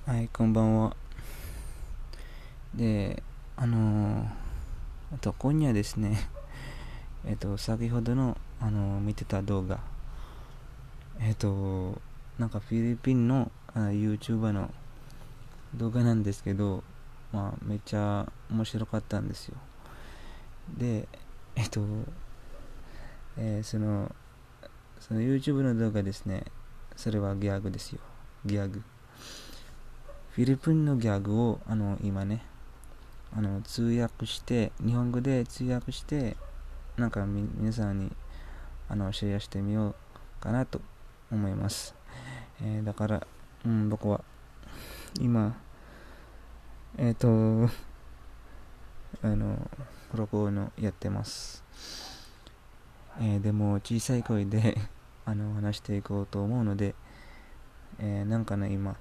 はい、こんばんは。で、今夜ですね、先ほどの、見てた動画、なんかフィリピンのYouTuber の動画なんですけど、めっちゃ面白かったんですよ。で、えっと、えーその YouTube の動画ですね、それはギャグですよ。ギャグ。フィリピンのギャグを、今ね、通訳して、日本語で通訳して、なんか皆さんにシェアしてみようかなと思います。だから、僕は今、えっ、と、あの、録音をやってます。でも小さい声で話していこうと思うので、なんかね、今、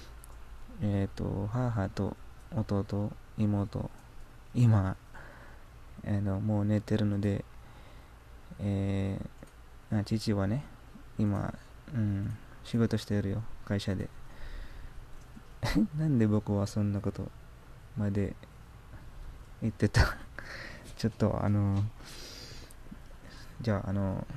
母と弟、妹、今、もう寝てるので、え父はね、今、仕事してるよ、会社で。なんで僕はそんなことまで言ってたちょっとじゃあ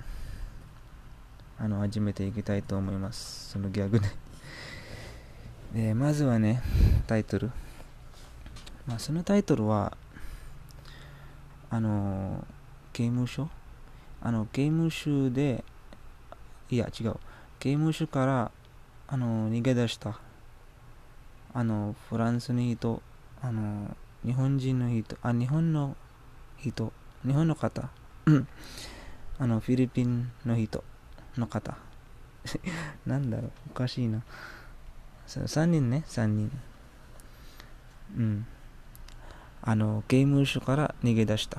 始めていきたいと思います。そのギャグでで、まずはね、タイトル。そのタイトルは、刑務所刑務所で、いや、違う。刑務所から、逃げ出した、フランスの人、日本人の人、人、日本の方、フィリピンの人の方。なんだろう、おかしいな。3人ね、3人。うん。刑務所から逃げ出した。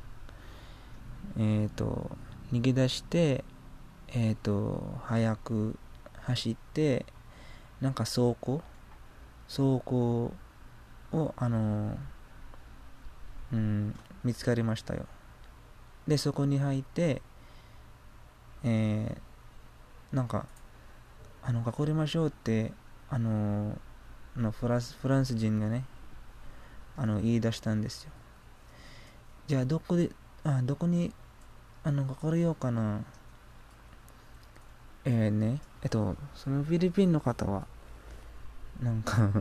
逃げ出して、早く走って、なんか倉庫を、見つかりましたよ。で、そこに入って、なんか、隠れましょうって、フランス人がね、言い出したんですよ。じゃあ、どこに、隠れようかな。そのフィリピンの方は、なんか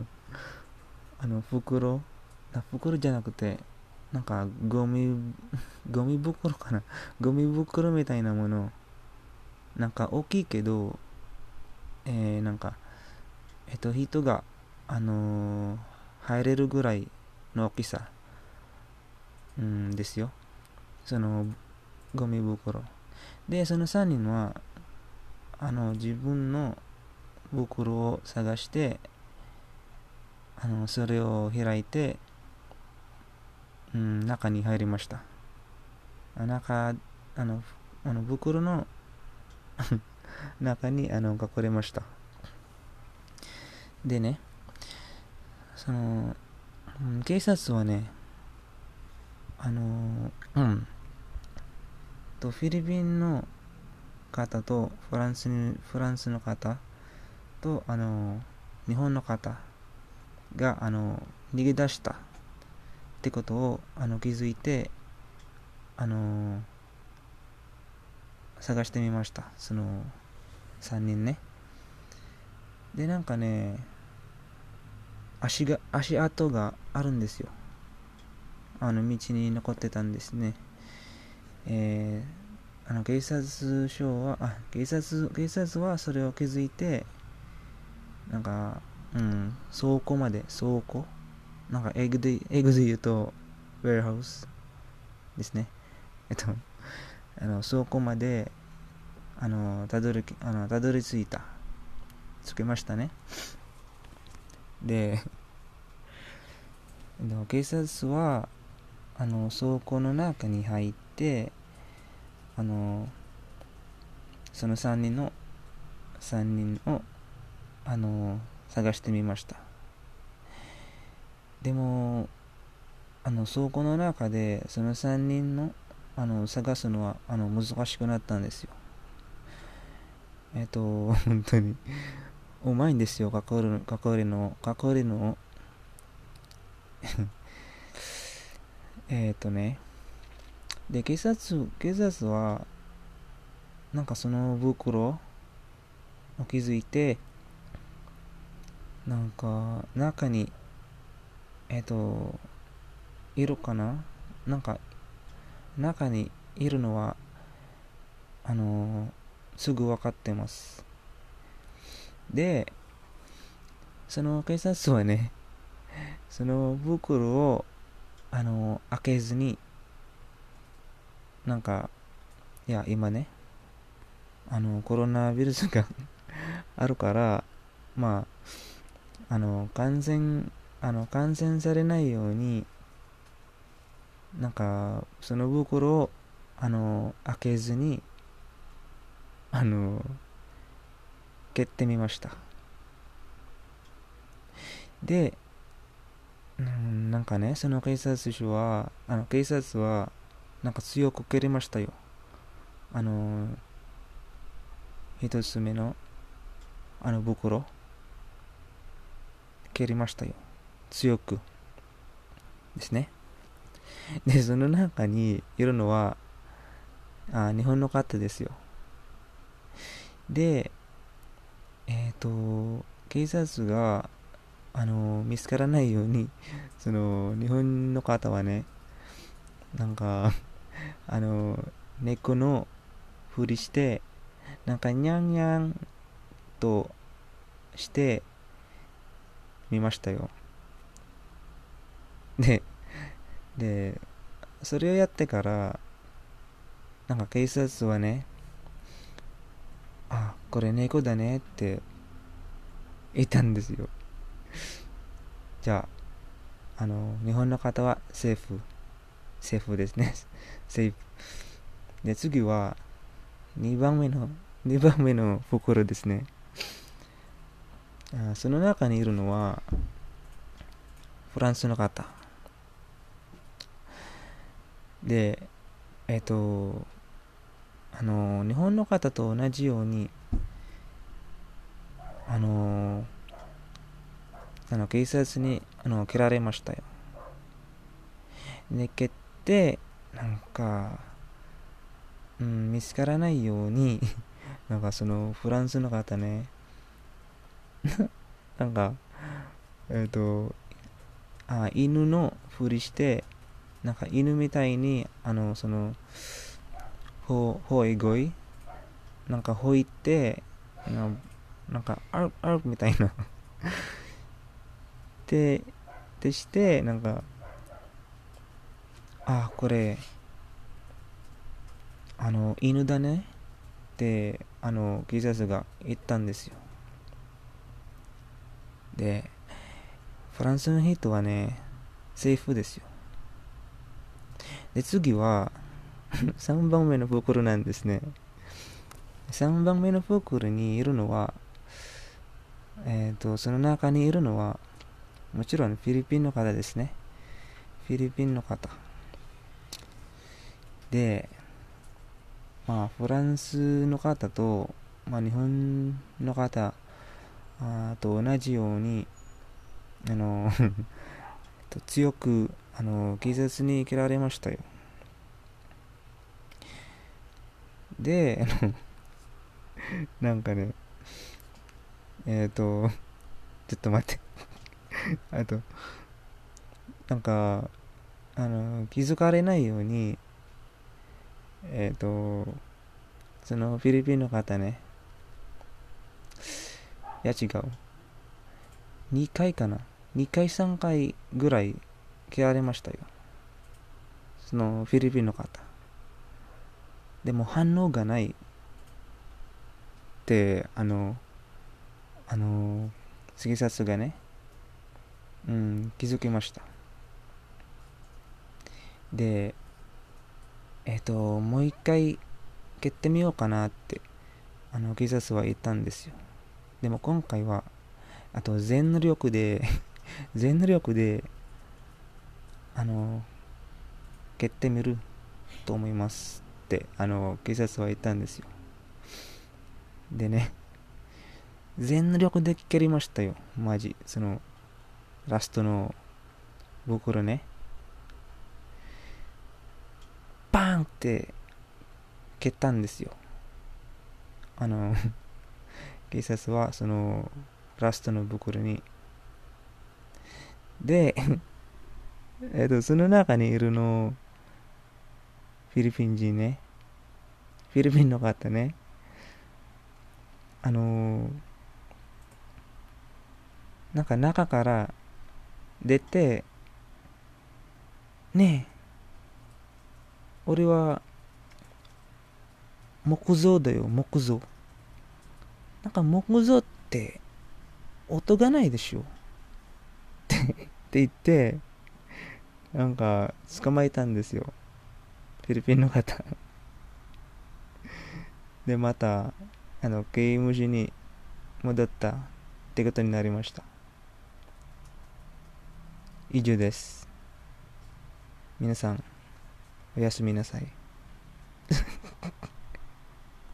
袋じゃなくて、なんかゴミ袋かな。ゴミ袋みたいなもの、なんか大きいけど、なんか、人が、入れるぐらいの大きさ、ですよ。そのゴミ袋。で、その3人は、自分の袋を探して、それを開いて、中に入りました。中、あの、袋の中に隠れました。でね、その、警察はね、フィリピンの方とフランスの方と日本の方が逃げ出したってことを気づいて探してみました。その3人ね。で、なんかね、足跡があるんですよ。道に残ってたんですね。警察はそれを気づいて、なんか、倉庫、なんか英語で言うと、ウェアハウスですね。倉庫まで、たどりつけましたね。で、警察は、倉庫の中に入って、その3人を、探してみました。でも、倉庫の中で、その3人の、探すのは、難しくなったんですよ。本当に。 うまいんですよ、かるの。ね。で、警察は、なんかその袋を気づいて、なんか中に、えっ、と、いるかな、なんか中にいるのは、すぐ分かってます。で、その警察はね、その袋を、開けずに、なんか、いや、今ね、コロナウイルスがあるから、まあ、感染されないように、なんか、その袋を、開けずに、あの、蹴ってみました。で、なんかね、その警察は、なんか強く蹴りましたよ。あの、一つ目の、袋、蹴りましたよ。強くですね。で、その中にいるのは、日本の方ですよ。で、警察が、見つからないように、その、日本の方はね、なんか、あの、猫のふりして、なんか、にゃんにゃんとしてみましたよ。で、で、それをやってから、なんか警察はね、これ猫だねって言ったんですよ。じゃあ、日本の方はセーフですね。セーフ。で、次は、2番目の袋ですね。その中にいるのは、フランスの方。で、日本の方と同じように、あの、警察に、蹴られましたよ。で、蹴って、なんか、見つからないようになんかそのフランスの方ね、なんか、えっ、と、犬のふりして、なんか犬みたいに、吠え声、なんか吠えて、なんか、アルみたいなで、して、なんか、これ、犬だねって、警察が言ったんですよ。で、フランスの人はね、セーフですよ。で、次は、3番目の袋なんですね。3番目の袋にいるのは、その中にいるのは、もちろんフィリピンの方ですね。フィリピンの方。で、フランスの方と、日本の方と同じように、強く、警察に蹴られましたよ。で、なんかね、ちょっと待って。あと、なんか、気づかれないように、そのフィリピンの方ね、いや違う。2回かな。2回3回ぐらい蹴られましたよ。そのフィリピンの方。でも反応がないって、警察がね、気づきました。で、もう一回蹴ってみようかなって、警察は言ったんですよ。でも今回は、全力で全力で、あの、蹴ってみると思いますって、警察は言ったんですよ。でね、 全力で蹴りましたよ。マジ。ラストの袋ね。バーンって蹴ったんですよ。警察はラストの袋に。で、その中にいるの、フィリピン人ね。フィリピンの方ね。なんか中から出て、ねえ、俺は木造だよ、木造。なんか木造って音がないでしょって言って、なんか捕まえたんですよ。フィリピンの方。で、また、刑務所に戻ったってことになりました。以上です。皆さん、おやすみなさい。